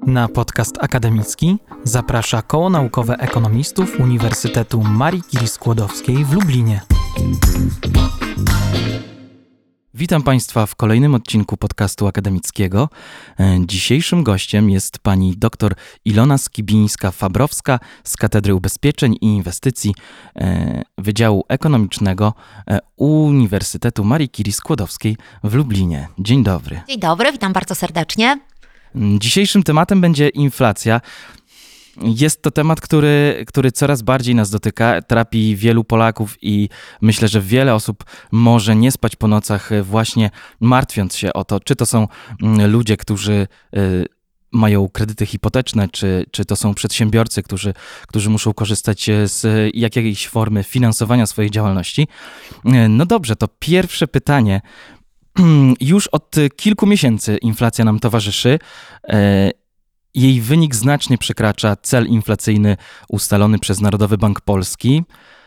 Na podcast akademicki zaprasza Koło Naukowe Ekonomistów Uniwersytetu Marii Curie-Skłodowskiej w Lublinie. Witam Państwa w kolejnym odcinku podcastu akademickiego. Dzisiejszym gościem jest pani dr Ilona Skibińska-Fabrowska z Katedry Ubezpieczeń i Inwestycji Wydziału Ekonomicznego Uniwersytetu Marii Curie-Skłodowskiej w Lublinie. Dzień dobry. Dzień dobry, witam bardzo serdecznie. Dzisiejszym tematem będzie inflacja. Jest to temat, który coraz bardziej nas dotyka, trapi wielu Polaków i myślę, że wiele osób może nie spać po nocach właśnie martwiąc się o to, czy to są ludzie, którzy mają kredyty hipoteczne, czy to są przedsiębiorcy, którzy muszą korzystać z jakiejś formy finansowania swojej działalności. No dobrze, to pierwsze pytanie. Już od kilku miesięcy inflacja nam towarzyszy. Jej wynik znacznie przekracza cel inflacyjny ustalony przez Narodowy Bank Polski.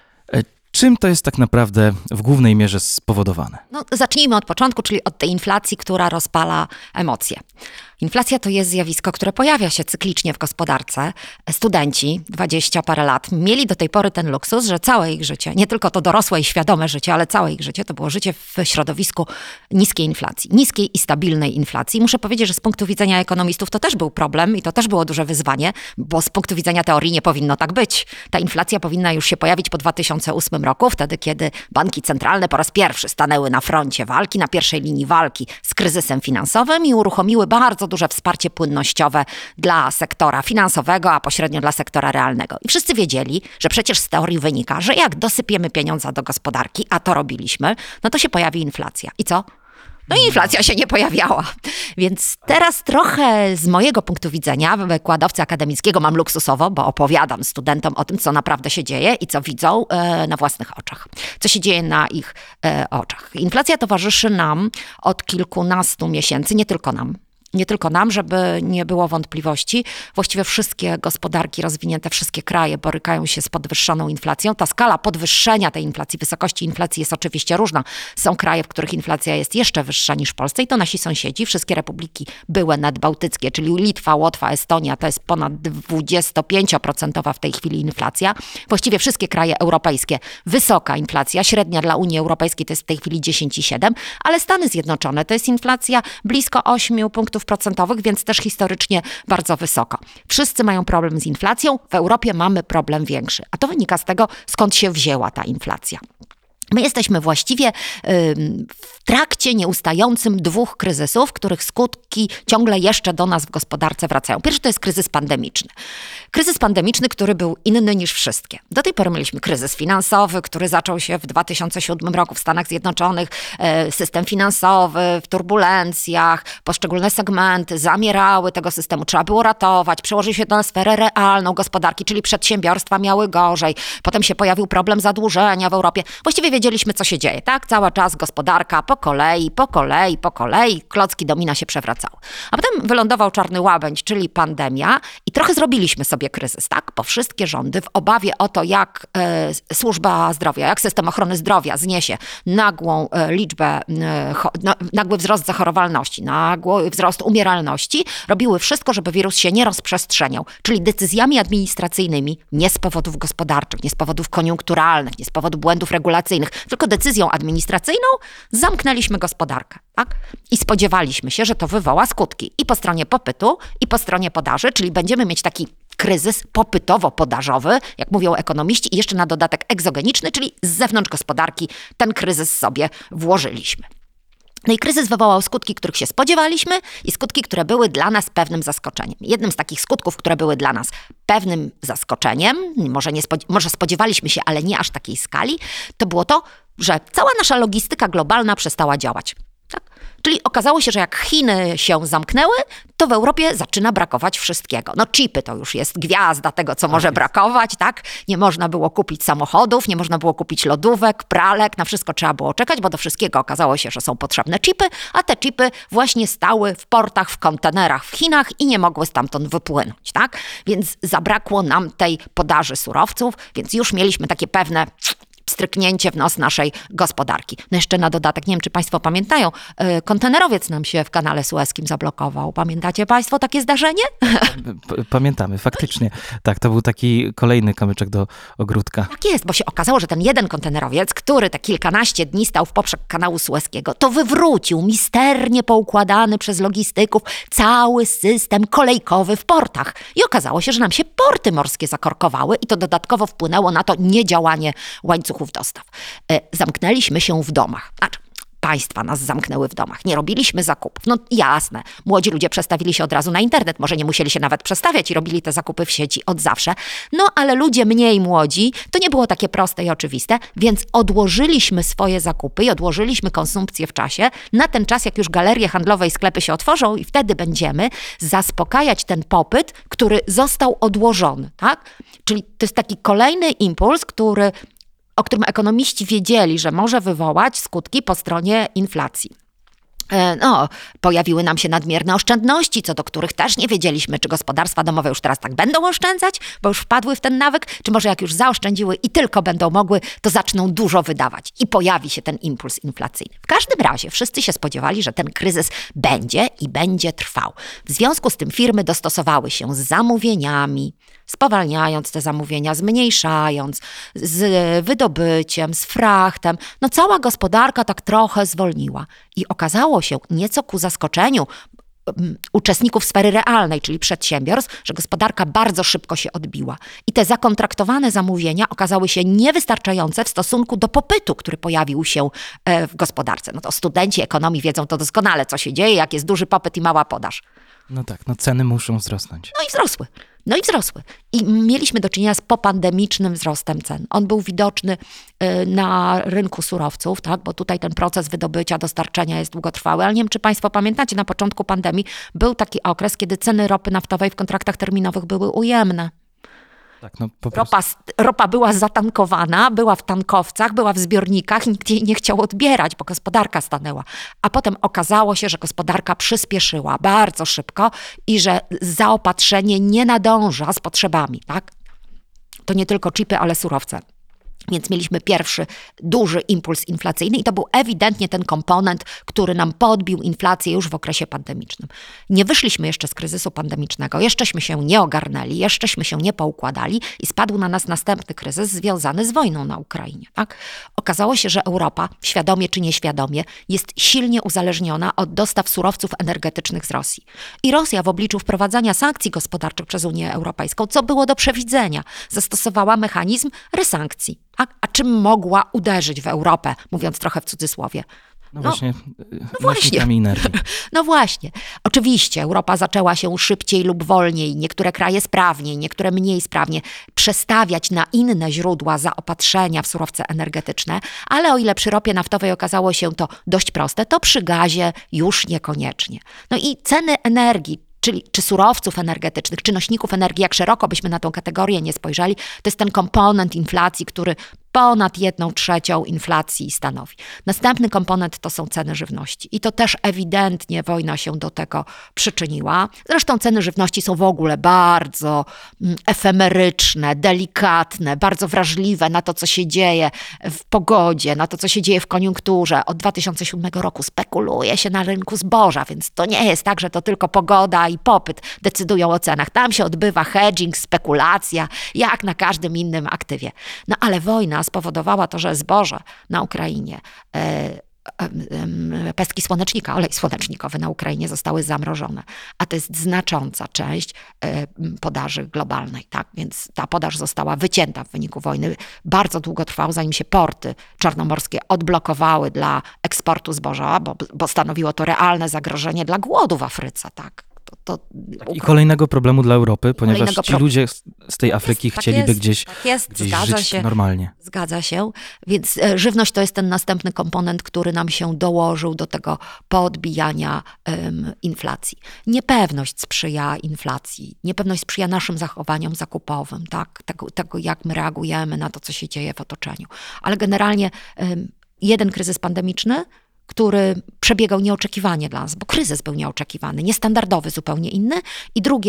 Czym to jest tak naprawdę w głównej mierze spowodowane? Zacznijmy od początku, czyli od tej inflacji, która rozpala emocje. Inflacja to jest zjawisko, które pojawia się cyklicznie w gospodarce. Studenci, 20 parę lat, mieli do tej pory ten luksus, że całe ich życie, nie tylko to dorosłe i świadome życie, ale całe ich życie to było życie w środowisku niskiej inflacji, niskiej i stabilnej inflacji. Muszę powiedzieć, że z punktu widzenia ekonomistów to też był problem i to też było duże wyzwanie, bo z punktu widzenia teorii nie powinno tak być. Ta inflacja powinna już się pojawić po 2008 roku, wtedy kiedy banki centralne po raz pierwszy stanęły na froncie walki, na pierwszej linii walki z kryzysem finansowym i uruchomiły bardzo duże wsparcie płynnościowe dla sektora finansowego, a pośrednio dla sektora realnego. I wszyscy wiedzieli, że przecież z teorii wynika, że jak dosypiemy pieniądze do gospodarki, a to robiliśmy, no to się pojawi inflacja. I co? No i inflacja się nie pojawiała. Więc teraz trochę z mojego punktu widzenia, wykładowcy akademickiego, mam luksusowo, bo opowiadam studentom o tym, co naprawdę się dzieje i co widzą na własnych oczach. Co się dzieje na ich oczach. Inflacja towarzyszy nam od kilkunastu miesięcy, nie tylko nam, żeby nie było wątpliwości. Właściwie wszystkie gospodarki rozwinięte, wszystkie kraje borykają się z podwyższoną inflacją. Ta skala podwyższenia tej inflacji, wysokości inflacji jest oczywiście różna. Są kraje, w których inflacja jest jeszcze wyższa niż w Polsce i to nasi sąsiedzi. Wszystkie republiki były nadbałtyckie, czyli Litwa, Łotwa, Estonia, to jest ponad 25% w tej chwili inflacja. Właściwie wszystkie kraje europejskie, wysoka inflacja, średnia dla Unii Europejskiej to jest w tej chwili 10,7, ale Stany Zjednoczone to jest inflacja blisko 8 punktów procentowych, więc też historycznie bardzo wysoko. Wszyscy mają problem z inflacją, w Europie mamy problem większy. A to wynika z tego, skąd się wzięła ta inflacja. My jesteśmy właściwie w trakcie nieustającym dwóch kryzysów, których skutki ciągle jeszcze do nas w gospodarce wracają. Pierwszy to jest kryzys pandemiczny. Kryzys pandemiczny, który był inny niż wszystkie. Do tej pory mieliśmy kryzys finansowy, który zaczął się w 2007 roku w Stanach Zjednoczonych. System finansowy w turbulencjach, poszczególne segmenty zamierały tego systemu. Trzeba było ratować, przełożył się to na sferę realną gospodarki, czyli przedsiębiorstwa miały gorzej. Potem się pojawił problem zadłużenia w Europie. Właściwie wiedzieliśmy, co się dzieje, tak? Cały czas gospodarka po kolei, klocki domina się przewracały. A potem wylądował czarny łabędź, czyli pandemia i trochę zrobiliśmy sobie kryzys, tak? Bo wszystkie rządy w obawie o to, jak służba zdrowia, jak system ochrony zdrowia zniesie nagły wzrost zachorowalności, nagły wzrost umieralności, robiły wszystko, żeby wirus się nie rozprzestrzeniał, czyli decyzjami administracyjnymi, nie z powodów gospodarczych, nie z powodów koniunkturalnych, nie z powodu błędów regulacyjnych, tylko decyzją administracyjną zamknęliśmy gospodarkę. Tak? I spodziewaliśmy się, że to wywoła skutki i po stronie popytu, i po stronie podaży, czyli będziemy mieć taki kryzys popytowo-podażowy, jak mówią ekonomiści, i jeszcze na dodatek egzogeniczny, czyli z zewnątrz gospodarki ten kryzys sobie włożyliśmy. No i kryzys wywołał skutki, których się spodziewaliśmy i skutki, które były dla nas pewnym zaskoczeniem. Jednym z takich skutków, które były dla nas pewnym zaskoczeniem, może spodziewaliśmy się, ale nie aż takiej skali, to było to, że cała nasza logistyka globalna przestała działać. Tak? Czyli okazało się, że jak Chiny się zamknęły, to w Europie zaczyna brakować wszystkiego. No chipy to już jest gwiazda tego, co może brakować, tak? Nie można było kupić samochodów, nie można było kupić lodówek, pralek, na wszystko trzeba było czekać, bo do wszystkiego okazało się, że są potrzebne chipy, a te chipy właśnie stały w portach, w kontenerach w Chinach i nie mogły stamtąd wypłynąć, tak? Więc zabrakło nam tej podaży surowców, więc już mieliśmy takie pewne stryknięcie w nos naszej gospodarki. No jeszcze na dodatek, nie wiem, czy państwo pamiętają, kontenerowiec nam się w kanale sueskim zablokował. Pamiętacie państwo takie zdarzenie? Pamiętamy, faktycznie. Tak, to był taki kolejny kamyczek do ogródka. Tak jest, bo się okazało, że ten jeden kontenerowiec, który te kilkanaście dni stał w poprzek kanału sueskiego, to wywrócił misternie poukładany przez logistyków cały system kolejkowy w portach. I okazało się, że nam się porty morskie zakorkowały i to dodatkowo wpłynęło na to niedziałanie łańcuchów dostaw. Zamknęliśmy się w domach. Państwa nas zamknęły w domach. Nie robiliśmy zakupów. No jasne, młodzi ludzie przestawili się od razu na internet. Może nie musieli się nawet przestawiać i robili te zakupy w sieci od zawsze. No ale ludzie mniej młodzi, to nie było takie proste i oczywiste, więc odłożyliśmy swoje zakupy i odłożyliśmy konsumpcję w czasie na ten czas, jak już galerie handlowe i sklepy się otworzą i wtedy będziemy zaspokajać ten popyt, który został odłożony, tak? Czyli to jest taki kolejny impuls, o którym ekonomiści wiedzieli, że może wywołać skutki po stronie inflacji. Pojawiły nam się nadmierne oszczędności, co do których też nie wiedzieliśmy, czy gospodarstwa domowe już teraz tak będą oszczędzać, bo już wpadły w ten nawyk, czy może jak już zaoszczędziły i tylko będą mogły, to zaczną dużo wydawać i pojawi się ten impuls inflacyjny. W każdym razie wszyscy się spodziewali, że ten kryzys będzie i będzie trwał. W związku z tym firmy dostosowały się z zamówieniami, spowalniając te zamówienia, zmniejszając, z wydobyciem, z frachtem. No cała gospodarka tak trochę zwolniła. I okazało się, nieco ku zaskoczeniu uczestników sfery realnej, czyli przedsiębiorstw, że gospodarka bardzo szybko się odbiła. I te zakontraktowane zamówienia okazały się niewystarczające w stosunku do popytu, który pojawił się w gospodarce. No to studenci ekonomii wiedzą to doskonale, co się dzieje, jak jest duży popyt i mała podaż. No tak, ceny muszą wzrosnąć. No i wzrosły. I mieliśmy do czynienia z popandemicznym wzrostem cen. On był widoczny na rynku surowców, tak? Bo tutaj ten proces wydobycia, dostarczenia jest długotrwały. Ale nie wiem, czy państwo pamiętacie, na początku pandemii był taki okres, kiedy ceny ropy naftowej w kontraktach terminowych były ujemne. Tak, po prostu. Ropa była zatankowana, była w tankowcach, była w zbiornikach, nikt jej nie chciał odbierać, bo gospodarka stanęła. A potem okazało się, że gospodarka przyspieszyła bardzo szybko i że zaopatrzenie nie nadąża z potrzebami, tak? To nie tylko chipy, ale surowce. Więc mieliśmy pierwszy duży impuls inflacyjny i to był ewidentnie ten komponent, który nam podbił inflację już w okresie pandemicznym. Nie wyszliśmy jeszcze z kryzysu pandemicznego, jeszcześmy się nie ogarnęli, jeszcześmy się nie poukładali i spadł na nas następny kryzys związany z wojną na Ukrainie. Tak? Okazało się, że Europa, świadomie czy nieświadomie, jest silnie uzależniona od dostaw surowców energetycznych z Rosji. I Rosja w obliczu wprowadzania sankcji gospodarczych przez Unię Europejską, co było do przewidzenia, zastosowała mechanizm resankcji. A czym mogła uderzyć w Europę, mówiąc trochę w cudzysłowie? Właśnie. Energii. No właśnie. Oczywiście Europa zaczęła się szybciej lub wolniej, niektóre kraje sprawniej, niektóre mniej sprawnie przestawiać na inne źródła zaopatrzenia w surowce energetyczne, ale o ile przy ropie naftowej okazało się to dość proste, to przy gazie już niekoniecznie. No i ceny energii, czy surowców energetycznych, czy nośników energii, jak szeroko byśmy na tą kategorię nie spojrzeli, to jest ten komponent inflacji, który ponad 1/3 inflacji stanowi. Następny komponent to są ceny żywności. I to też ewidentnie wojna się do tego przyczyniła. Zresztą ceny żywności są w ogóle bardzo efemeryczne, delikatne, bardzo wrażliwe na to, co się dzieje w pogodzie, na to, co się dzieje w koniunkturze. Od 2007 roku spekuluje się na rynku zboża, więc to nie jest tak, że to tylko pogoda i popyt decydują o cenach. Tam się odbywa hedging, spekulacja, jak na każdym innym aktywie. No ale wojna spowodowała to, że zboże na Ukrainie, pestki słonecznika, olej słonecznikowy na Ukrainie zostały zamrożone. A to jest znacząca część podaży globalnej. Tak? Więc ta podaż została wycięta w wyniku wojny. Bardzo długo trwało, zanim się porty czarnomorskie odblokowały dla eksportu zboża, bo stanowiło to realne zagrożenie dla głodu w Afryce. Tak? I kolejnego problemu dla Europy, ponieważ ci ludzie z tej Afryki chcieliby gdzieś żyć normalnie. Zgadza się, więc żywność to jest ten następny komponent, który nam się dołożył do tego podbijania inflacji. Niepewność sprzyja inflacji, niepewność sprzyja naszym zachowaniom zakupowym, tak? Tego jak my reagujemy na to, co się dzieje w otoczeniu. Ale generalnie jeden kryzys pandemiczny, który przebiegał nieoczekiwanie dla nas, bo kryzys był nieoczekiwany, niestandardowy, zupełnie inny. I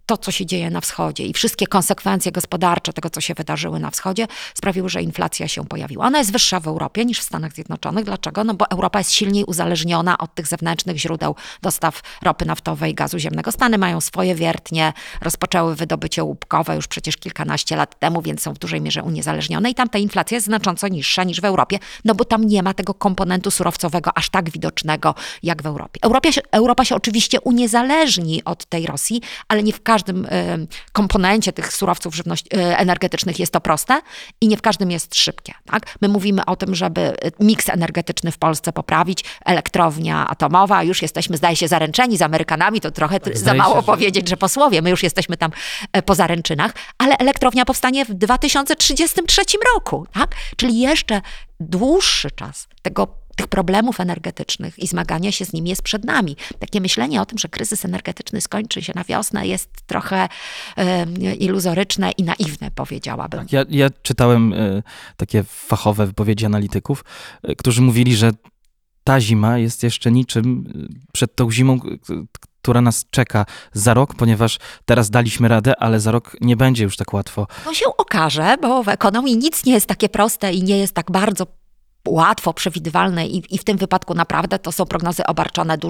to, co się dzieje na wschodzie i wszystkie konsekwencje gospodarcze tego, co się wydarzyły na wschodzie, sprawiły, że inflacja się pojawiła. Ona jest wyższa w Europie niż w Stanach Zjednoczonych. Dlaczego? No bo Europa jest silniej uzależniona od tych zewnętrznych źródeł dostaw ropy naftowej, gazu ziemnego. Stany mają swoje wiertnie, rozpoczęły wydobycie łupkowe już przecież kilkanaście lat temu, więc są w dużej mierze uniezależnione i tam ta inflacja jest znacząco niższa niż w Europie, no bo tam nie ma tego komponentu surowcowego aż tak widocznego jak w Europie. Europa się oczywiście uniezależni od tej Rosji, ale nie w każdym komponencie tych surowców energetycznych jest to proste i nie w każdym jest szybkie. Tak? My mówimy o tym, żeby miks energetyczny w Polsce poprawić, elektrownia atomowa, już jesteśmy, zdaje się, zaręczeni z Amerykanami, to trochę za mało powiedzieć, że posłowie, my już jesteśmy tam po zaręczynach, ale elektrownia powstanie w 2033 roku. Tak? Czyli jeszcze dłuższy czas tych problemów energetycznych i zmagania się z nimi jest przed nami. Takie myślenie o tym, że kryzys energetyczny skończy się na wiosnę, jest trochę iluzoryczne i naiwne, powiedziałabym. Tak, ja czytałem takie fachowe wypowiedzi analityków, którzy mówili, że ta zima jest jeszcze niczym przed tą zimą, która nas czeka za rok, ponieważ teraz daliśmy radę, ale za rok nie będzie już tak łatwo. To się okaże, bo w ekonomii nic nie jest takie proste i nie jest tak bardzo łatwo przewidywalne i w tym wypadku naprawdę to są prognozy obarczone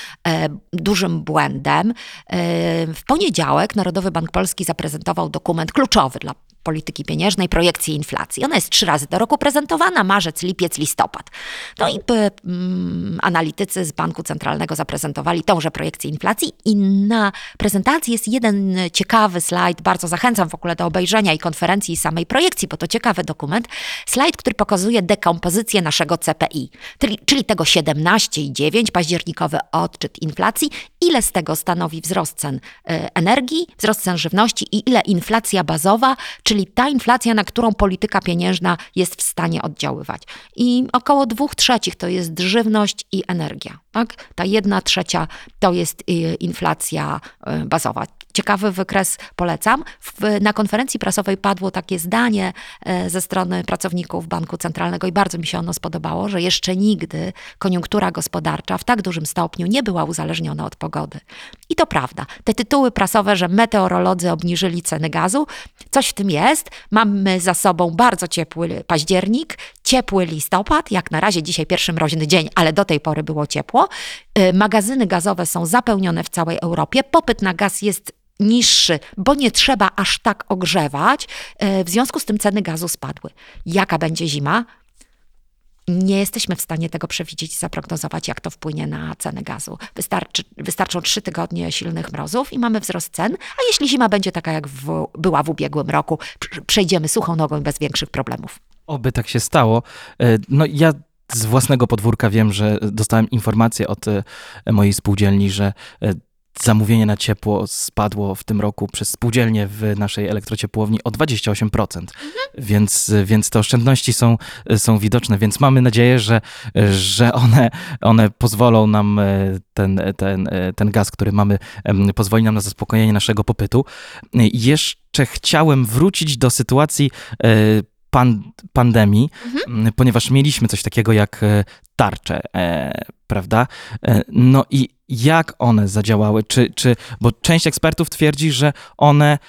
dużym błędem. W poniedziałek Narodowy Bank Polski zaprezentował dokument kluczowy dla polityki pieniężnej, projekcji inflacji. Ona jest 3 razy do roku prezentowana, marzec, lipiec, listopad. No i analitycy z Banku Centralnego zaprezentowali tąże projekcję inflacji i na prezentacji jest jeden ciekawy slajd, bardzo zachęcam w ogóle do obejrzenia i konferencji i samej projekcji, bo to ciekawy dokument. Slajd, który pokazuje dekompozycję naszego CPI, czyli tego 17,9, październikowy odczyt inflacji, ile z tego stanowi wzrost cen energii, wzrost cen żywności i ile inflacja bazowa, czyli ta inflacja, na którą polityka pieniężna jest w stanie oddziaływać. I około 2/3 to jest żywność i energia. Tak? Ta 1/3 to jest inflacja bazowa. Ciekawy wykres polecam. Na konferencji prasowej padło takie zdanie ze strony pracowników Banku Centralnego i bardzo mi się ono spodobało, że jeszcze nigdy koniunktura gospodarcza w tak dużym stopniu nie była uzależniona od pogody. I to prawda. Te tytuły prasowe, że meteorolodzy obniżyli ceny gazu, coś w tym jest. Mamy za sobą bardzo ciepły październik, ciepły listopad, jak na razie dzisiaj pierwszy mroźny dzień, ale do tej pory było ciepło. Magazyny gazowe są zapełnione w całej Europie. Popyt na gaz jest niższy, bo nie trzeba aż tak ogrzewać. W związku z tym ceny gazu spadły. Jaka będzie zima? Nie jesteśmy w stanie tego przewidzieć i zaprognozować, jak to wpłynie na ceny gazu. Wystarczą 3 tygodnie silnych mrozów i mamy wzrost cen, a jeśli zima będzie taka, jak była w ubiegłym roku, przejdziemy suchą nogą bez większych problemów. Oby tak się stało. No ja z własnego podwórka wiem, że dostałem informację od mojej spółdzielni, że zamówienie na ciepło spadło w tym roku przez spółdzielnię w naszej elektrociepłowni o 28%. Więc te oszczędności są widoczne, więc mamy nadzieję, że one pozwolą nam ten gaz, który mamy, pozwoli nam na zaspokojenie naszego popytu. Jeszcze chciałem wrócić do sytuacji pandemii, ponieważ mieliśmy coś takiego jak tarcze, prawda? No i jak one zadziałały? Bo część ekspertów twierdzi, że one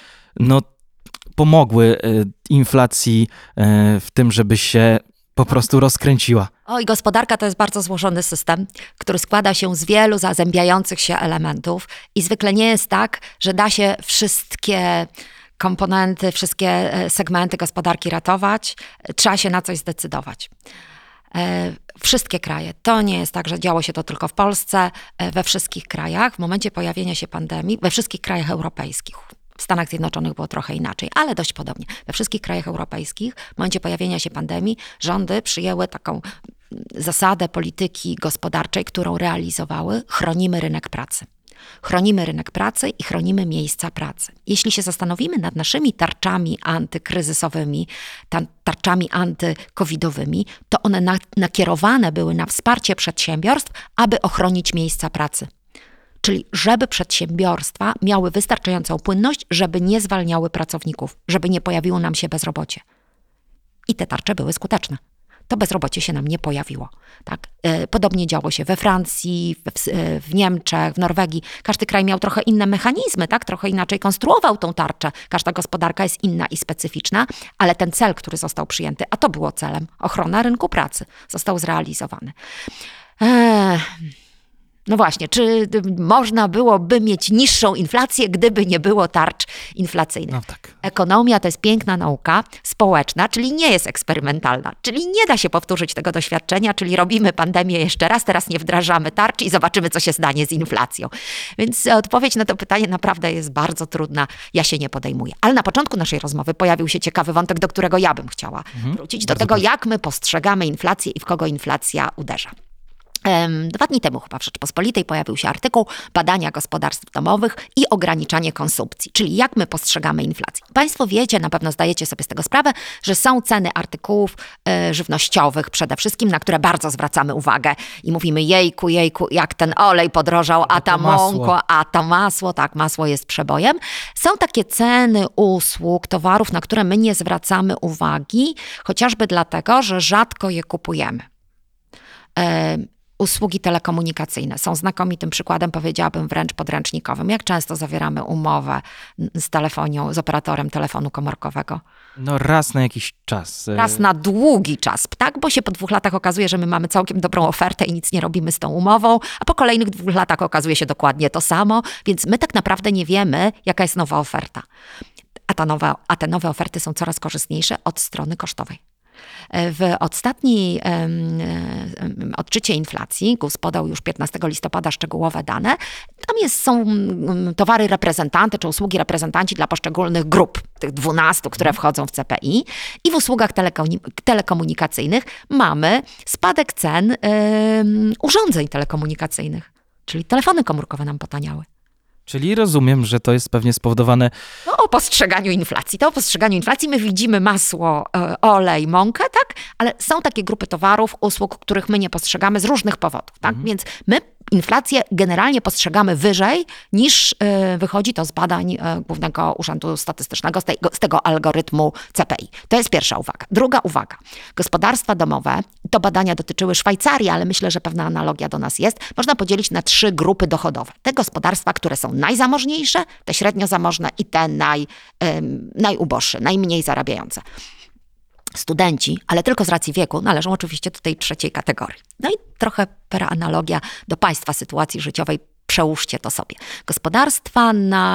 pomogły inflacji w tym, żeby się po prostu rozkręciła. Oj, gospodarka to jest bardzo złożony system, który składa się z wielu zazębiających się elementów i zwykle nie jest tak, że da się wszystkie komponenty, wszystkie segmenty gospodarki ratować. Trzeba się na coś zdecydować. Wszystkie kraje. To nie jest tak, że działo się to tylko w Polsce. We wszystkich krajach, w momencie pojawienia się pandemii, we wszystkich krajach europejskich, w Stanach Zjednoczonych było trochę inaczej, ale dość podobnie. We wszystkich krajach europejskich, w momencie pojawienia się pandemii, rządy przyjęły taką zasadę polityki gospodarczej, którą realizowały: chronimy rynek pracy. Chronimy rynek pracy i chronimy miejsca pracy. Jeśli się zastanowimy nad naszymi tarczami antykryzysowymi, tarczami antykowidowymi, to one nakierowane były na wsparcie przedsiębiorstw, aby ochronić miejsca pracy. Czyli żeby przedsiębiorstwa miały wystarczającą płynność, żeby nie zwalniały pracowników, żeby nie pojawiło nam się bezrobocie. I te tarcze były skuteczne. to bezrobocie się nam nie pojawiło. Tak? Podobnie działo się we Francji, w Niemczech, w Norwegii. Każdy kraj miał trochę inne mechanizmy, tak? Trochę inaczej konstruował tą tarczę. Każda gospodarka jest inna i specyficzna, ale ten cel, który został przyjęty, a to było celem, ochrona rynku pracy, został zrealizowany. No właśnie, czy można byłoby mieć niższą inflację, gdyby nie było tarcz inflacyjnych? No tak. Ekonomia to jest piękna nauka społeczna, czyli nie jest eksperymentalna, czyli nie da się powtórzyć tego doświadczenia, czyli robimy pandemię jeszcze raz, teraz nie wdrażamy tarczy i zobaczymy, co się stanie z inflacją. Więc odpowiedź na to pytanie naprawdę jest bardzo trudna, ja się nie podejmuję. Ale na początku naszej rozmowy pojawił się ciekawy wątek, do którego ja bym chciała wrócić, do tego, jak my postrzegamy inflację i w kogo inflacja uderza. 2 dni temu chyba w Rzeczpospolitej pojawił się artykuł Badania gospodarstw domowych i ograniczanie konsumpcji, czyli jak my postrzegamy inflację. Państwo wiecie, na pewno zdajecie sobie z tego sprawę, że są ceny artykułów żywnościowych przede wszystkim, na które bardzo zwracamy uwagę i mówimy jejku, jak ten olej podrożał, a ta mąko, a to masło, tak, masło jest przebojem. Są takie ceny usług, towarów, na które my nie zwracamy uwagi, chociażby dlatego, że rzadko je kupujemy. Usługi telekomunikacyjne są znakomitym przykładem, powiedziałabym wręcz podręcznikowym. Jak często zawieramy umowę z operatorem telefonu komórkowego? No raz na jakiś czas. Raz na długi czas, tak? Bo się po 2 latach okazuje, że my mamy całkiem dobrą ofertę i nic nie robimy z tą umową, a po kolejnych 2 latach okazuje się dokładnie to samo, więc my tak naprawdę nie wiemy, jaka jest nowa oferta. A te nowe oferty są coraz korzystniejsze od strony kosztowej. W ostatniej odczycie inflacji, GUS podał już 15 listopada szczegółowe dane, tam są towary reprezentanty czy usługi reprezentanci dla poszczególnych grup, tych 12, które wchodzą w CPI i w usługach telekomunikacyjnych mamy spadek cen urządzeń telekomunikacyjnych, czyli telefony komórkowe nam potaniały. Czyli rozumiem, że to jest pewnie spowodowane... No, o postrzeganiu inflacji. To o postrzeganiu inflacji my widzimy masło, olej, mąkę, tak? Ale są takie grupy towarów, usług, których my nie postrzegamy z różnych powodów, tak? Więc my inflację generalnie postrzegamy wyżej niż wychodzi to z badań Głównego Urzędu Statystycznego, z tego algorytmu CPI. To jest pierwsza uwaga. Druga uwaga. Gospodarstwa domowe, to badania dotyczyły Szwajcarii, ale myślę, że pewna analogia do nas jest, można podzielić na 3 grupy dochodowe. Te gospodarstwa, które są najzamożniejsze, te średnio zamożne i te najuboższe, najmniej zarabiające. Studenci, ale tylko z racji wieku, należą oczywiście do tej 3. kategorii. No i trochę analogia do państwa sytuacji życiowej, przełóżcie to sobie. Gospodarstwa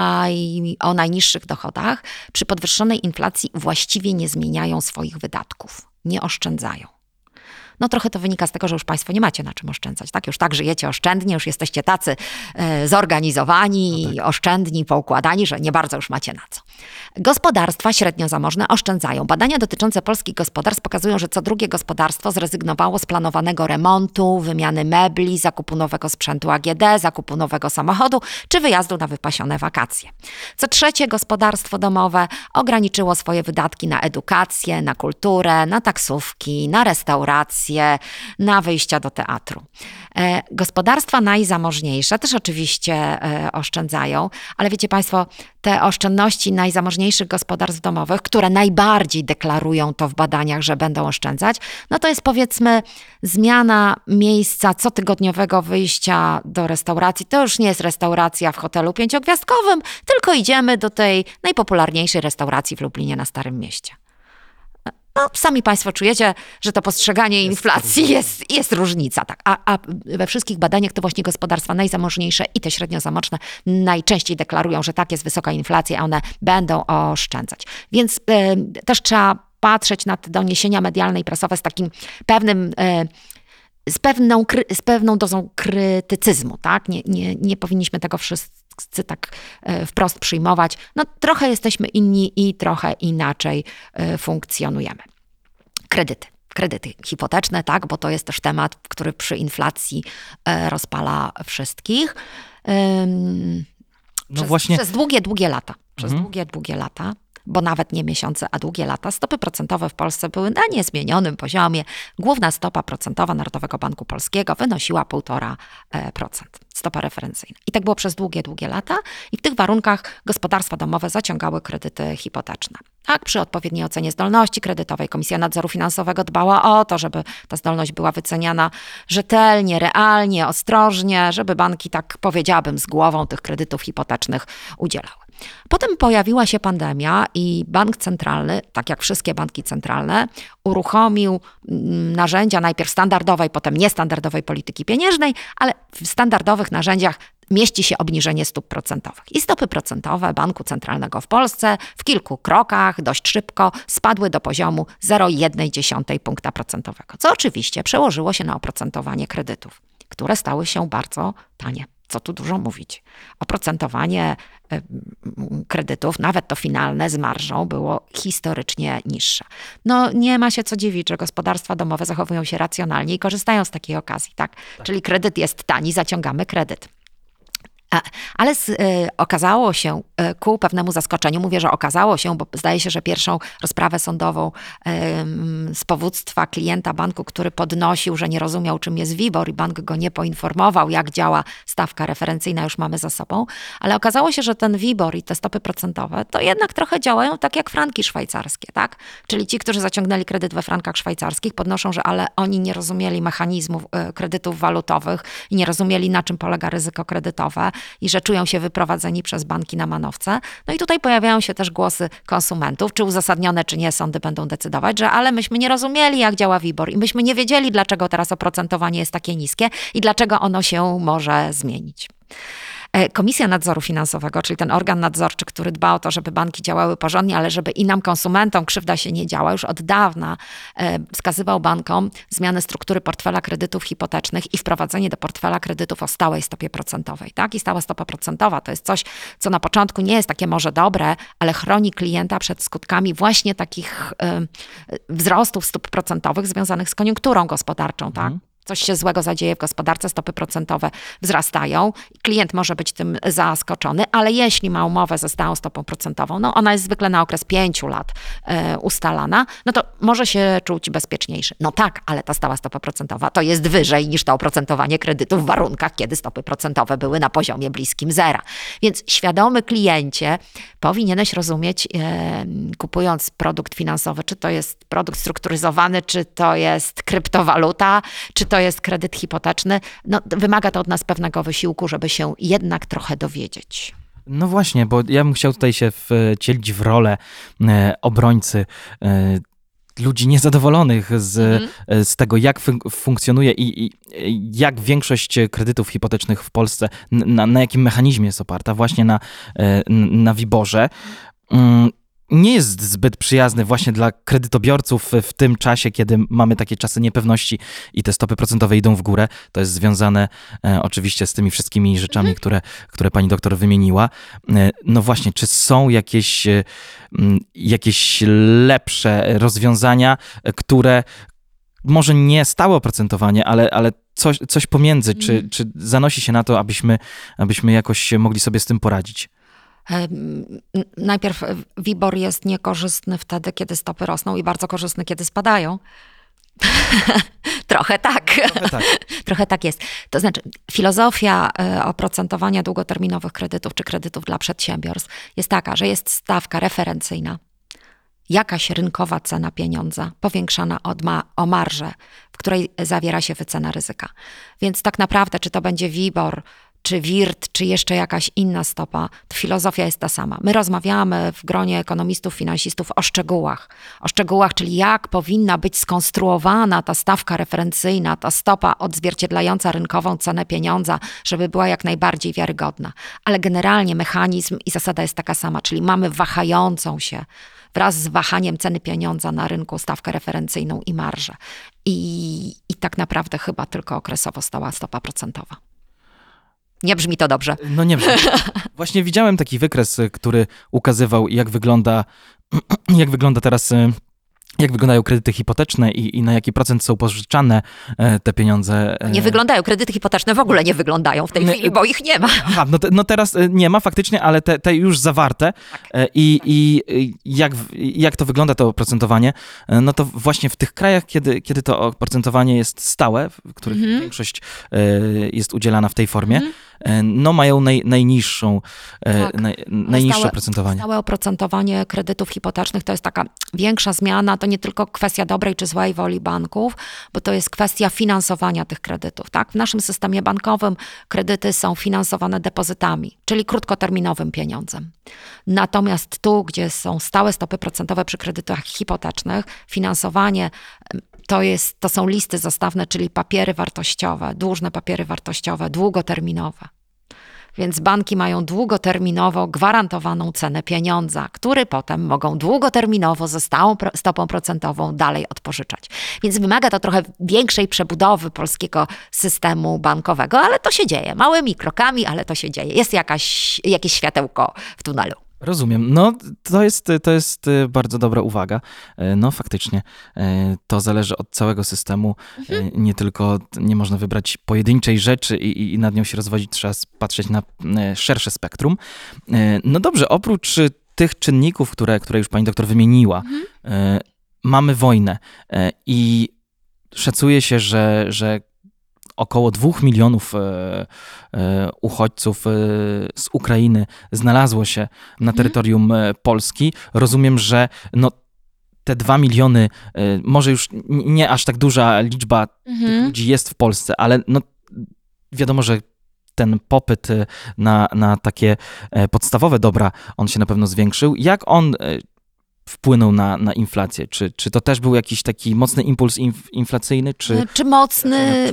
o najniższych dochodach przy podwyższonej inflacji właściwie nie zmieniają swoich wydatków, nie oszczędzają. No trochę to wynika z tego, że już państwo nie macie na czym oszczędzać, tak? Już tak żyjecie oszczędnie, już jesteście tacy zorganizowani, no tak, oszczędni, poukładani, że nie bardzo już macie na co. Gospodarstwa średnio zamożne oszczędzają. Badania dotyczące polskich gospodarstw pokazują, że co drugie gospodarstwo zrezygnowało z planowanego remontu, wymiany mebli, zakupu nowego sprzętu AGD, zakupu nowego samochodu czy wyjazdu na wypasione wakacje. Co trzecie gospodarstwo domowe ograniczyło swoje wydatki na edukację, na kulturę, na taksówki, na restauracje, na wyjścia do teatru. Gospodarstwa najzamożniejsze też oczywiście oszczędzają, ale wiecie państwo, te oszczędności najzamożniejszych gospodarstw domowych, które najbardziej deklarują to w badaniach, że będą oszczędzać, no to jest powiedzmy zmiana miejsca cotygodniowego wyjścia do restauracji. To już nie jest restauracja w hotelu 5-gwiazdkowym, tylko idziemy do tej najpopularniejszej restauracji w Lublinie na Starym Mieście. No, sami państwo czujecie, że to postrzeganie inflacji jest różnica. Tak. A we wszystkich badaniach to właśnie gospodarstwa najzamożniejsze i te średnio zamożne najczęściej deklarują, że tak jest wysoka inflacja, a one będą oszczędzać. Więc też trzeba patrzeć na te doniesienia medialne i prasowe z takim pewnym... Z pewną dozą krytycyzmu, tak? Nie powinniśmy tego wszyscy tak wprost przyjmować. No trochę jesteśmy inni i trochę inaczej funkcjonujemy. Kredyty hipoteczne, tak? Bo to jest też temat, który przy inflacji rozpala wszystkich. Przez długie lata. Długie lata. Bo nawet nie miesiące, a długie lata, stopy procentowe w Polsce były na niezmienionym poziomie. Główna stopa procentowa Narodowego Banku Polskiego wynosiła 1,5%. Stopa referencyjna. I tak było przez długie lata i w tych warunkach gospodarstwa domowe zaciągały kredyty hipoteczne. Tak, przy odpowiedniej ocenie zdolności kredytowej Komisja Nadzoru Finansowego dbała o to, żeby ta zdolność była wyceniana rzetelnie, realnie, ostrożnie, żeby banki, tak powiedziałabym, z głową tych kredytów hipotecznych udzielały. Potem pojawiła się pandemia i bank centralny, tak jak wszystkie banki centralne, uruchomił narzędzia najpierw standardowej, potem niestandardowej polityki pieniężnej, ale w standardowych narzędziach mieści się obniżenie stóp procentowych. I stopy procentowe Banku Centralnego w Polsce w kilku krokach, dość szybko, spadły do poziomu 0,1 punkta procentowego, co oczywiście przełożyło się na oprocentowanie kredytów, które stały się bardzo tanie. Co tu dużo mówić. Oprocentowanie kredytów, nawet to finalne z marżą, było historycznie niższe. No nie ma się co dziwić, że gospodarstwa domowe zachowują się racjonalnie i korzystają z takiej okazji, tak? Czyli kredyt jest tani, zaciągamy kredyt. Ale okazało się ku pewnemu zaskoczeniu, mówię, że okazało się, bo zdaje się, że pierwszą rozprawę sądową z powództwa klienta banku, który podnosił, że nie rozumiał, czym jest WIBOR i bank go nie poinformował, jak działa stawka referencyjna, już mamy za sobą, ale okazało się, że ten WIBOR i te stopy procentowe to jednak trochę działają tak jak franki szwajcarskie, tak? Czyli ci, którzy zaciągnęli kredyt we frankach szwajcarskich, podnoszą, że ale oni nie rozumieli mechanizmów kredytów walutowych i nie rozumieli, na czym polega ryzyko kredytowe i że czują się wyprowadzeni przez banki na manowce. No i tutaj pojawiają się też głosy konsumentów, czy uzasadnione, czy nie, sądy będą decydować, że ale myśmy nie rozumieli, jak działa WIBOR i myśmy nie wiedzieli, dlaczego teraz oprocentowanie jest takie niskie i dlaczego ono się może zmienić. Komisja Nadzoru Finansowego, czyli ten organ nadzorczy, który dba o to, żeby banki działały porządnie, ale żeby i nam, konsumentom, krzywda się nie działa, już od dawna wskazywał bankom zmianę struktury portfela kredytów hipotecznych i wprowadzenie do portfela kredytów o stałej stopie procentowej. Tak? I stała stopa procentowa to jest coś, co na początku nie jest takie może dobre, ale chroni klienta przed skutkami właśnie takich wzrostów stóp procentowych związanych z koniunkturą gospodarczą. Tak? Coś się złego zadzieje w gospodarce, stopy procentowe wzrastają, klient może być tym zaskoczony, ale jeśli ma umowę ze stałą stopą procentową, no ona jest zwykle na okres 5 lat ustalana, no to może się czuć bezpieczniejszy. No tak, ale ta stała stopa procentowa to jest wyżej niż to oprocentowanie kredytu w warunkach, kiedy stopy procentowe były na poziomie bliskim zera. Więc świadomy kliencie powinieneś rozumieć, kupując produkt finansowy, czy to jest produkt strukturyzowany, czy to jest kryptowaluta, czy to jest kredyt hipoteczny, no wymaga to od nas pewnego wysiłku, żeby się jednak trochę dowiedzieć. No właśnie, bo ja bym chciał tutaj się wcielić w rolę obrońcy ludzi niezadowolonych z tego, jak funkcjonuje i jak większość kredytów hipotecznych w Polsce, na jakim mechanizmie jest oparta, właśnie na WIBOR-ze. Nie jest zbyt przyjazny właśnie dla kredytobiorców w tym czasie, kiedy mamy takie czasy niepewności i te stopy procentowe idą w górę. To jest związane oczywiście z tymi wszystkimi rzeczami, które pani doktor wymieniła. No właśnie, czy są jakieś lepsze rozwiązania, które może nie stałe oprocentowanie, ale coś pomiędzy, czy zanosi się na to, abyśmy jakoś mogli sobie z tym poradzić? Najpierw WIBOR jest niekorzystny wtedy, kiedy stopy rosną i bardzo korzystny, kiedy spadają. Trochę tak. Trochę tak jest. To znaczy, filozofia oprocentowania długoterminowych kredytów czy kredytów dla przedsiębiorstw jest taka, że jest stawka referencyjna, jakaś rynkowa cena pieniądza powiększana o marżę, w której zawiera się wycena ryzyka. Więc tak naprawdę, czy to będzie WIBOR, czy WIRT, czy jeszcze jakaś inna stopa, to filozofia jest ta sama. My rozmawiamy w gronie ekonomistów, finansistów o szczegółach, czyli jak powinna być skonstruowana ta stawka referencyjna, ta stopa odzwierciedlająca rynkową cenę pieniądza, żeby była jak najbardziej wiarygodna. Ale generalnie mechanizm i zasada jest taka sama, czyli mamy wahającą się wraz z wahaniem ceny pieniądza na rynku stawkę referencyjną i marżę. I tak naprawdę chyba tylko okresowo stała stopa procentowa. Nie brzmi to dobrze. No nie brzmi. Właśnie widziałem taki wykres, który ukazywał, jak wygląda teraz, jak wyglądają kredyty hipoteczne i na jaki procent są pożyczane te pieniądze. Nie wyglądają. Kredyty hipoteczne w ogóle nie wyglądają w tej chwili, bo ich nie ma. Aha, no teraz nie ma faktycznie, ale te już zawarte. Tak. I jak to wygląda, to oprocentowanie, no to właśnie w tych krajach, kiedy to oprocentowanie jest stałe, w których większość jest udzielana w tej formie, no mają najniższą, Tak. najniższe Stałe- oprocentowanie. Stałe oprocentowanie kredytów hipotecznych to jest taka większa zmiana, to nie tylko kwestia dobrej czy złej woli banków, bo to jest kwestia finansowania tych kredytów. Tak? W naszym systemie bankowym kredyty są finansowane depozytami, czyli krótkoterminowym pieniądzem. Natomiast tu, gdzie są stałe stopy procentowe przy kredytach hipotecznych, finansowanie to są listy zastawne, czyli papiery wartościowe, dłużne papiery wartościowe, długoterminowe. Więc banki mają długoterminowo gwarantowaną cenę pieniądza, który potem mogą długoterminowo ze stałą stopą procentową dalej odpożyczać. Więc wymaga to trochę większej przebudowy polskiego systemu bankowego, ale to się dzieje. Małymi krokami, ale to się dzieje. Jest jakieś światełko w tunelu. Rozumiem. No, to jest bardzo dobra uwaga. No, faktycznie, to zależy od całego systemu. Nie tylko, nie można wybrać pojedynczej rzeczy i nad nią się rozwodzić, trzeba patrzeć na szersze spektrum. No dobrze, oprócz tych czynników, które już pani doktor wymieniła, mamy wojnę i szacuje się, że około 2 milionów uchodźców z Ukrainy znalazło się na terytorium Polski. Rozumiem, że no, te 2 miliony, może już nie aż tak duża liczba tych ludzi jest w Polsce, ale no, wiadomo, że ten popyt na takie podstawowe dobra, on się na pewno zwiększył. Jak on wpłynął na inflację? Czy to też był jakiś taki mocny impuls inflacyjny? Czy mocny?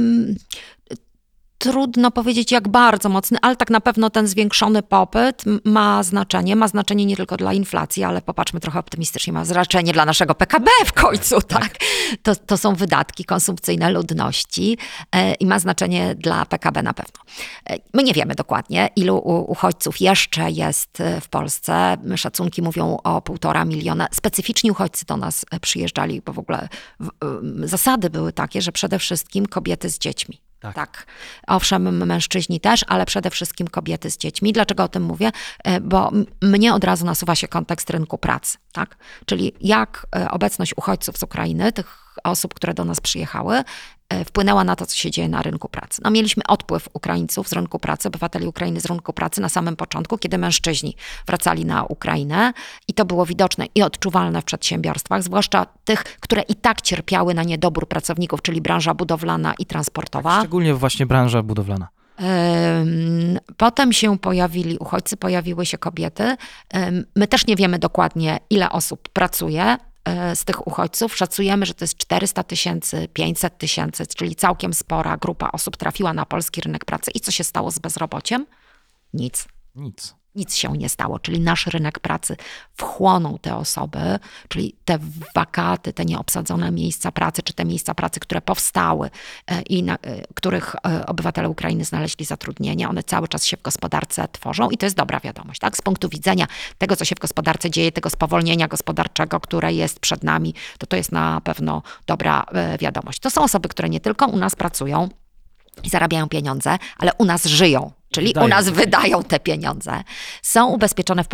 Trudno powiedzieć, jak bardzo mocny, ale tak na pewno ten zwiększony popyt ma znaczenie. Ma znaczenie nie tylko dla inflacji, ale popatrzmy trochę optymistycznie, ma znaczenie dla naszego PKB w końcu, tak? To są wydatki konsumpcyjne ludności i ma znaczenie dla PKB na pewno. My nie wiemy dokładnie, ilu uchodźców jeszcze jest w Polsce. Szacunki mówią o 1,5 miliona. Specyficzni uchodźcy do nas przyjeżdżali, bo w ogóle zasady były takie, że przede wszystkim kobiety z dziećmi. Tak. Owszem, mężczyźni też, ale przede wszystkim kobiety z dziećmi. Dlaczego o tym mówię? Bo mnie od razu nasuwa się kontekst rynku pracy. Tak? Czyli jak obecność uchodźców z Ukrainy, tych osób, które do nas przyjechały, wpłynęła na to, co się dzieje na rynku pracy. No, mieliśmy odpływ Ukraińców z rynku pracy, obywateli Ukrainy z rynku pracy na samym początku, kiedy mężczyźni wracali na Ukrainę i to było widoczne i odczuwalne w przedsiębiorstwach, zwłaszcza tych, które i tak cierpiały na niedobór pracowników, czyli branża budowlana i transportowa. Szczególnie właśnie branża budowlana. Potem się pojawili uchodźcy, pojawiły się kobiety. My też nie wiemy dokładnie, ile osób pracuje z tych uchodźców. Szacujemy, że to jest 400 000, 500 000, czyli całkiem spora grupa osób trafiła na polski rynek pracy. I co się stało z bezrobociem? Nic. Nic się nie stało, czyli nasz rynek pracy wchłonął te osoby, czyli te wakaty, te nieobsadzone miejsca pracy, czy te miejsca pracy, które powstały i na których obywatele Ukrainy znaleźli zatrudnienie, one cały czas się w gospodarce tworzą i to jest dobra wiadomość, tak? Z punktu widzenia tego, co się w gospodarce dzieje, tego spowolnienia gospodarczego, które jest przed nami, to jest na pewno dobra wiadomość. To są osoby, które nie tylko u nas pracują i zarabiają pieniądze, ale u nas żyją. Czyli u nas wydają te pieniądze. Są ubezpieczone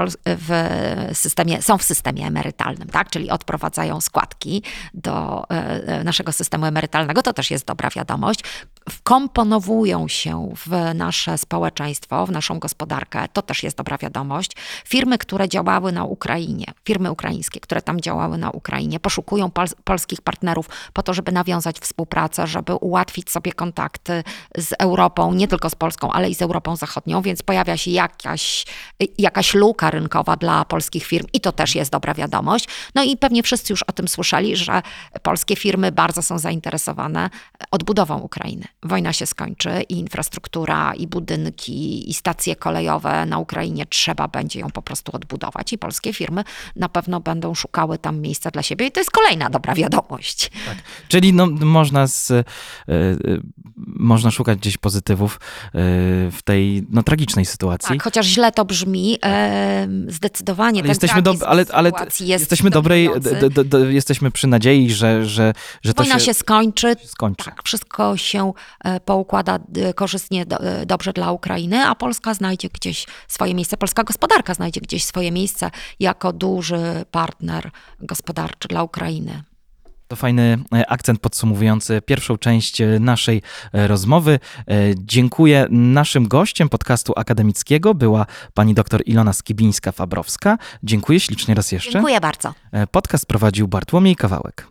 w systemie emerytalnym, tak? Czyli odprowadzają składki do naszego systemu emerytalnego. To też jest dobra wiadomość. Wkomponowują się w nasze społeczeństwo, w naszą gospodarkę. To też jest dobra wiadomość. Firmy, które działały na Ukrainie, firmy ukraińskie, które tam działały na Ukrainie, poszukują polskich partnerów po to, żeby nawiązać współpracę, żeby ułatwić sobie kontakty z Europą, nie tylko z Polską, ale i z Europą Zachodnią, więc pojawia się jakaś luka rynkowa dla polskich firm i to też jest dobra wiadomość. No i pewnie wszyscy już o tym słyszeli, że polskie firmy bardzo są zainteresowane odbudową Ukrainy. Wojna się skończy i infrastruktura, i budynki, i stacje kolejowe na Ukrainie trzeba będzie ją po prostu odbudować i polskie firmy na pewno będą szukały tam miejsca dla siebie i to jest kolejna dobra wiadomość. Tak. Czyli no, można szukać gdzieś pozytywów w tej tragicznej sytuacji. Tak, chociaż źle to brzmi, zdecydowanie jesteśmy przy nadziei, że wojna się skończy. skończy. Tak, wszystko się poukłada korzystnie, dobrze dla Ukrainy, a Polska znajdzie gdzieś swoje miejsce, polska gospodarka znajdzie gdzieś swoje miejsce jako duży partner gospodarczy dla Ukrainy. To fajny akcent podsumowujący pierwszą część naszej rozmowy. Dziękuję. Naszym gościem podcastu akademickiego była pani dr Ilona Skibińska-Fabrowska. Dziękuję ślicznie raz jeszcze. Dziękuję bardzo. Podcast prowadził Bartłomiej Kawałek.